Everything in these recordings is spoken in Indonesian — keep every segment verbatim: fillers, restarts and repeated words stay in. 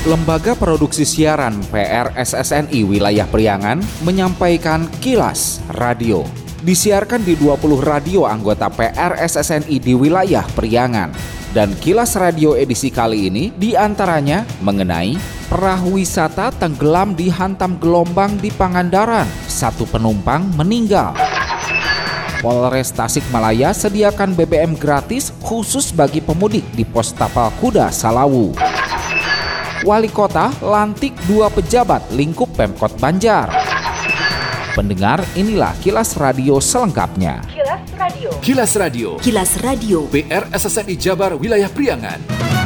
Lembaga Produksi Siaran P R S S N I Wilayah Priangan menyampaikan Kilas Radio. Disiarkan di dua puluh radio anggota P R S S N I di wilayah Priangan. Dan Kilas Radio edisi kali ini diantaranya mengenai perahu wisata tenggelam dihantam gelombang di Pangandaran. Satu penumpang meninggal. Polres Tasikmalaya sediakan B B M gratis khusus bagi pemudik di pos tapal kuda Salawu. Wali Kota lantik dua pejabat lingkup Pemkot Banjar. Pendengar, inilah Kilas Radio selengkapnya. Kilas Radio. Kilas Radio. Kilas Radio. P R S S N I Jabar Wilayah Priangan.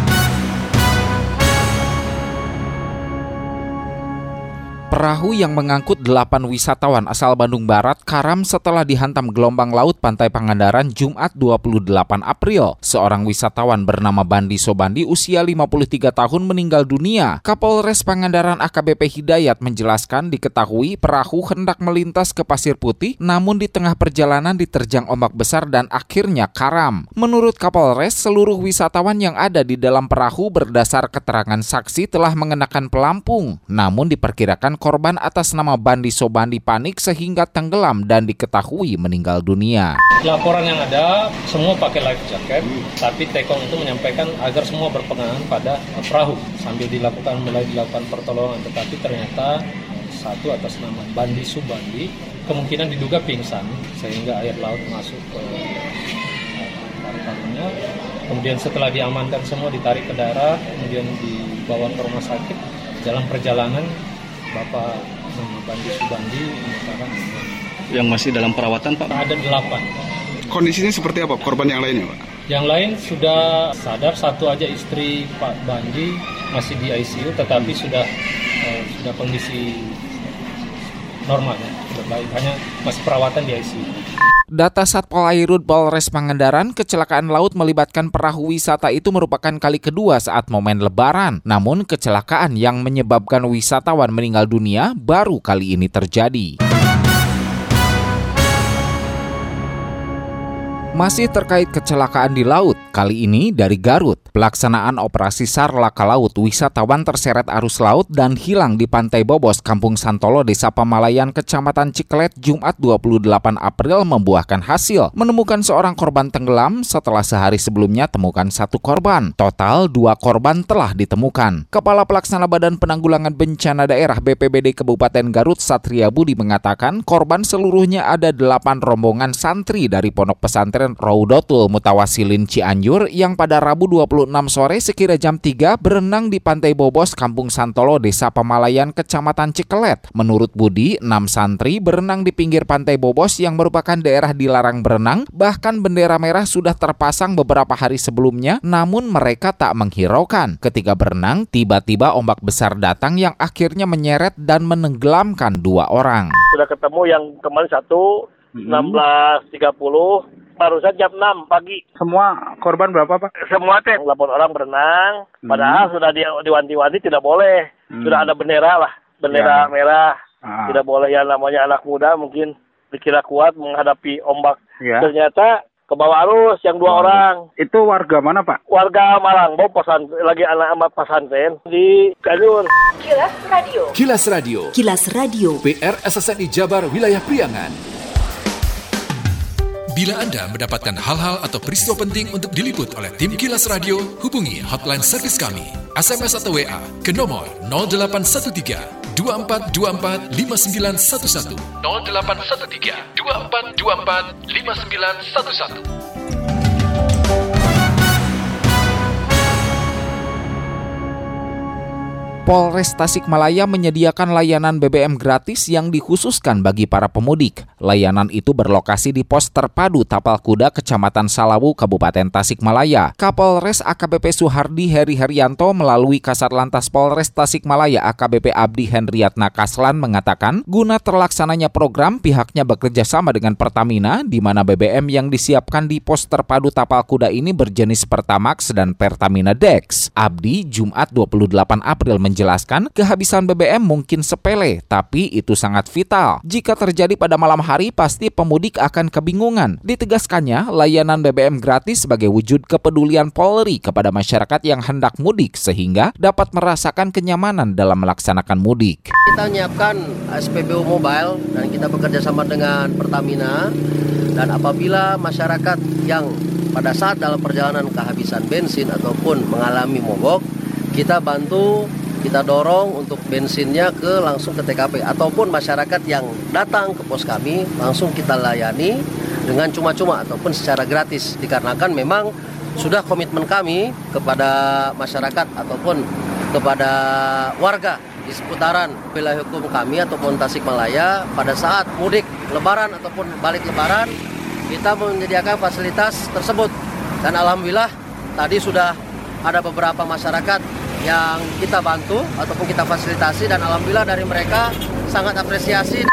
Perahu yang mengangkut delapan wisatawan asal Bandung Barat karam setelah dihantam gelombang laut pantai Pangandaran Jumat dua puluh delapan April. Seorang wisatawan bernama Bandi Sobandi usia lima puluh tiga tahun meninggal dunia. Kapolres Pangandaran A K B P Hidayat menjelaskan diketahui perahu hendak melintas ke Pasir Putih namun di tengah perjalanan diterjang ombak besar dan akhirnya karam. Menurut Kapolres, seluruh wisatawan yang ada di dalam perahu berdasar keterangan saksi telah mengenakan pelampung. Namun diperkirakan korban atas nama Bandi Sobandi panik sehingga tenggelam dan diketahui meninggal dunia. Laporan yang ada semua pakai life jacket, tapi Tekong itu menyampaikan agar semua berpegangan pada perahu sambil dilakukan mulai dilakukan pertolongan, tetapi ternyata satu atas nama Bandi Sobandi kemungkinan diduga pingsan sehingga air laut masuk ke paru-parunya. Kemudian setelah diamankan semua ditarik ke darat, kemudian dibawa ke rumah sakit. Dalam perjalanan Bapak nama Bandi Sobandi menyatakan yang masih dalam perawatan, Pak? Ada delapan. Kondisinya seperti apa korban yang lainnya, Pak? Yang lain sudah sadar, satu aja istri Pak Bandi masih di I C U, tetapi sudah eh, sudah kondisi normal ya, sudah baik, hanya masih perawatan di I C U. Data Satpol Airut Polres Pangandaran, kecelakaan laut melibatkan perahu wisata itu merupakan kali kedua saat momen Lebaran. Namun kecelakaan yang menyebabkan wisatawan meninggal dunia baru kali ini terjadi. Masih terkait kecelakaan di laut, kali ini dari Garut. Pelaksanaan operasi SAR Laka Laut, wisatawan terseret arus laut dan hilang di Pantai Bobos, Kampung Santolo, Desa Pamalayan, Kecamatan Ciklet, Jumat dua puluh delapan April membuahkan hasil. Menemukan seorang korban tenggelam setelah sehari sebelumnya temukan satu korban. Total dua korban telah ditemukan. Kepala Pelaksana Badan Penanggulangan Bencana Daerah B P B D Kabupaten Garut, Satria Budi mengatakan korban seluruhnya ada delapan rombongan santri dari Pondok Pesantren Raudatul Mutawasilin Cianjur yang pada Rabu dua puluh enam sore sekira jam tiga berenang di Pantai Bobos, Kampung Santolo, Desa Pamalayan, Kecamatan Ciklet. Menurut Budi, enam santri berenang di pinggir Pantai Bobos yang merupakan daerah dilarang berenang, bahkan bendera merah sudah terpasang beberapa hari sebelumnya, namun mereka tak menghiraukan. Ketika berenang, tiba-tiba ombak besar datang yang akhirnya menyeret dan menenggelamkan dua orang. Sudah ketemu yang kemarin satu, enam belas tiga puluh. Barusan jam enam pagi. Semua korban berapa, Pak? Semua teh delapan orang berenang. Padahal hmm. sudah di, diwanti-wanti tidak boleh. Hmm. Sudah ada bendera lah. Bendera ya. merah. Ah. Tidak boleh, yang namanya anak muda mungkin dikira kuat menghadapi ombak. Ya. Ternyata ke bawah arus yang dua oh. orang. Itu warga mana, Pak? Warga Malang. Bau pesan, lagi anak-anak pesantren di Cianjur. Kilas Radio. Kilas Radio. Kilas Radio. P R S S N I Jabar Wilayah Priangan. Bila Anda mendapatkan hal-hal atau peristiwa penting untuk diliput oleh tim Kilas Radio, hubungi hotline servis kami, S M S atau W A ke nomor nol delapan satu tiga dua empat dua empat lima sembilan satu satu nol delapan satu tiga dua empat dua empat lima sembilan satu satu. Polres Tasikmalaya menyediakan layanan B B M gratis yang dikhususkan bagi para pemudik. Layanan itu berlokasi di pos terpadu Tapal Kuda, Kecamatan Salawu, Kabupaten Tasikmalaya. Kapolres A K B P Suhardi Heri Herianto melalui Kasatlantas Polres Tasikmalaya A K B P Abdi Hendriatna Kaslan mengatakan, guna terlaksananya program pihaknya bekerja sama dengan Pertamina, di mana B B M yang disiapkan di pos terpadu Tapal Kuda ini berjenis Pertamax dan Pertamina Dex. Abdi Jumat dua puluh delapan April menjelaskan kehabisan B B M mungkin sepele, tapi itu sangat vital. Jika terjadi pada malam hari, pasti pemudik akan kebingungan. Ditegaskannya, layanan B B M gratis sebagai wujud kepedulian Polri kepada masyarakat yang hendak mudik, sehingga dapat merasakan kenyamanan dalam melaksanakan mudik. Kita menyiapkan S P B U Mobile dan kita bekerja sama dengan Pertamina. Dan apabila masyarakat yang pada saat dalam perjalanan kehabisan bensin ataupun mengalami mogok, kita bantu, kita dorong untuk bensinnya ke langsung ke T K P. Ataupun masyarakat yang datang ke pos kami, langsung kita layani dengan cuma-cuma ataupun secara gratis. Dikarenakan memang sudah komitmen kami kepada masyarakat ataupun kepada warga di seputaran wilayah hukum kami ataupun Tasikmalaya pada saat mudik lebaran ataupun balik lebaran, kita menyediakan fasilitas tersebut. Dan alhamdulillah tadi sudah ada beberapa masyarakat yang kita bantu ataupun kita fasilitasi, dan alhamdulillah dari mereka sangat apresiasi.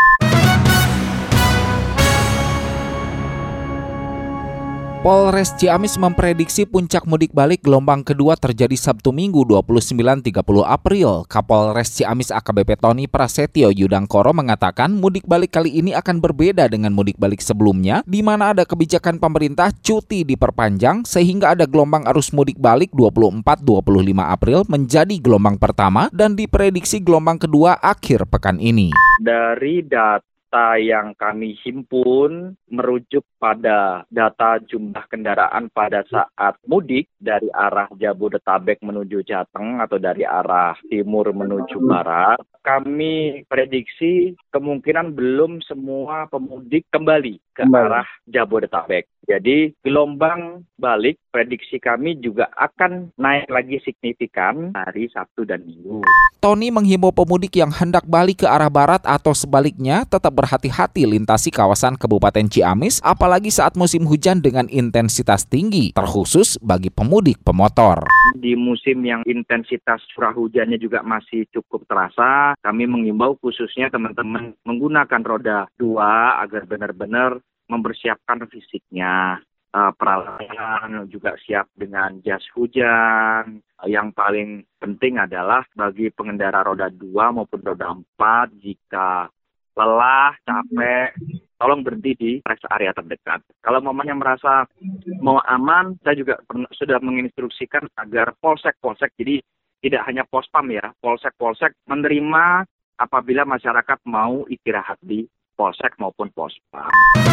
Polres Ciamis memprediksi puncak mudik balik gelombang kedua terjadi Sabtu Minggu dua puluh sembilan hingga tiga puluh April. Kapolres Ciamis A K B P Tony Prasetyo Yudangkoro mengatakan mudik balik kali ini akan berbeda dengan mudik balik sebelumnya, di mana ada kebijakan pemerintah cuti diperpanjang sehingga ada gelombang arus mudik balik dua puluh empat hingga dua puluh lima April menjadi gelombang pertama dan diprediksi gelombang kedua akhir pekan ini. Dari data Data yang kami himpun merujuk pada data jumlah kendaraan pada saat mudik dari arah Jabodetabek menuju Jateng atau dari arah timur menuju barat. Kami prediksi kemungkinan belum semua pemudik kembali ke arah Jabodetabek. Jadi gelombang balik prediksi kami juga akan naik lagi signifikan hari Sabtu dan Minggu. Tony menghimbau pemudik yang hendak balik ke arah barat atau sebaliknya tetap berhati-hati lintasi kawasan Kabupaten Ciamis, apalagi saat musim hujan dengan intensitas tinggi, terkhusus bagi pemudik pemotor. Di musim yang intensitas curah hujannya juga masih cukup terasa, kami mengimbau khususnya teman-teman menggunakan roda dua agar benar-benar mempersiapkan fisiknya. Uh, peralatan juga siap dengan jas hujan. Yang paling penting adalah bagi pengendara roda dua maupun roda empat, jika lelah, capek, tolong berhenti di rest area terdekat. Kalau mamanya merasa mau aman, saya juga pernah, sudah menginstruksikan agar polsek-polsek, jadi tidak hanya pospam ya, polsek-polsek menerima apabila masyarakat mau istirahat di polsek maupun pospam.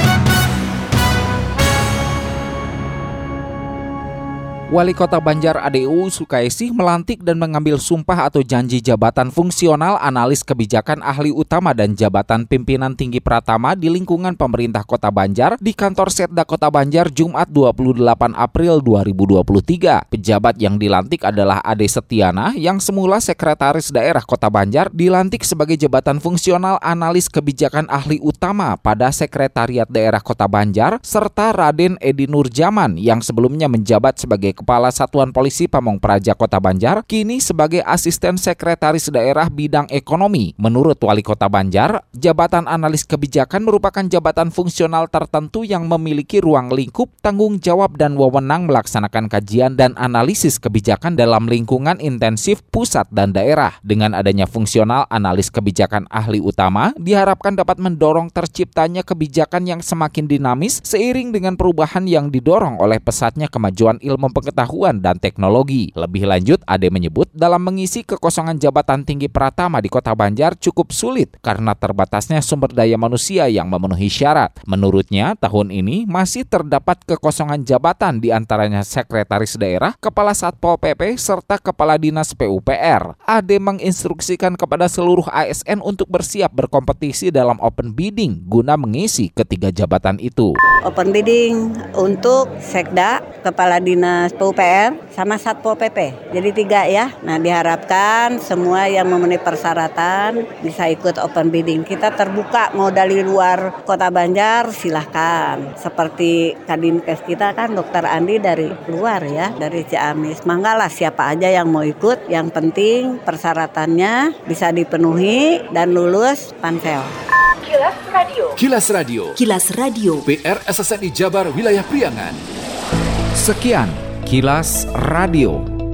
Wali Kota Banjar A D U Sukaisi melantik dan mengambil sumpah atau janji jabatan fungsional analis kebijakan ahli utama dan jabatan pimpinan tinggi pratama di lingkungan pemerintah Kota Banjar di kantor Setda Kota Banjar Jumat dua puluh delapan April dua ribu dua puluh tiga. Pejabat yang dilantik adalah Ade Setiana yang semula Sekretaris Daerah Kota Banjar dilantik sebagai jabatan fungsional analis kebijakan ahli utama pada Sekretariat Daerah Kota Banjar, serta Raden Edi Nurjaman yang sebelumnya menjabat sebagai Kepala Satuan Polisi Pamong Praja Kota Banjar, kini sebagai Asisten Sekretaris Daerah Bidang Ekonomi. Menurut Wali Kota Banjar, jabatan analis kebijakan merupakan jabatan fungsional tertentu yang memiliki ruang lingkup, tanggung jawab dan wewenang melaksanakan kajian dan analisis kebijakan dalam lingkungan intensif pusat dan daerah. Dengan adanya fungsional analis kebijakan ahli utama, diharapkan dapat mendorong terciptanya kebijakan yang semakin dinamis seiring dengan perubahan yang didorong oleh pesatnya kemajuan ilmu pengetahuan dan teknologi. Lebih lanjut, Ade menyebut dalam mengisi kekosongan jabatan tinggi pratama di Kota Banjar cukup sulit karena terbatasnya sumber daya manusia yang memenuhi syarat. Menurutnya, tahun ini masih terdapat kekosongan jabatan di antaranya Sekretaris Daerah, Kepala Satpol P P, serta Kepala Dinas P U P R. Ade menginstruksikan kepada seluruh A S N untuk bersiap berkompetisi dalam open bidding guna mengisi ketiga jabatan itu. Open bidding untuk Sekda, Kepala Dinas P U P R, sama Satpol P P. Jadi tiga ya. Nah, diharapkan semua yang memenuhi persyaratan bisa ikut open bidding. Kita terbuka, mau dari luar Kota Banjar silahkan. Seperti Kadinkes kita kan Dokter Andi dari luar ya, dari Ciamis. Manggalah siapa aja yang mau ikut. Yang penting persyaratannya bisa dipenuhi dan lulus pansel. Kilas Radio. Kilas Radio. Kilas Radio. P R S S N I Jabar Wilayah Priangan. Sekian Kilas Radio.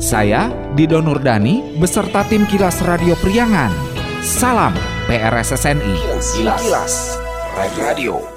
Saya, Dido Nurdani, beserta tim Kilas Radio Priangan. Salam P R S S N I. Kilas, Kilas Radio.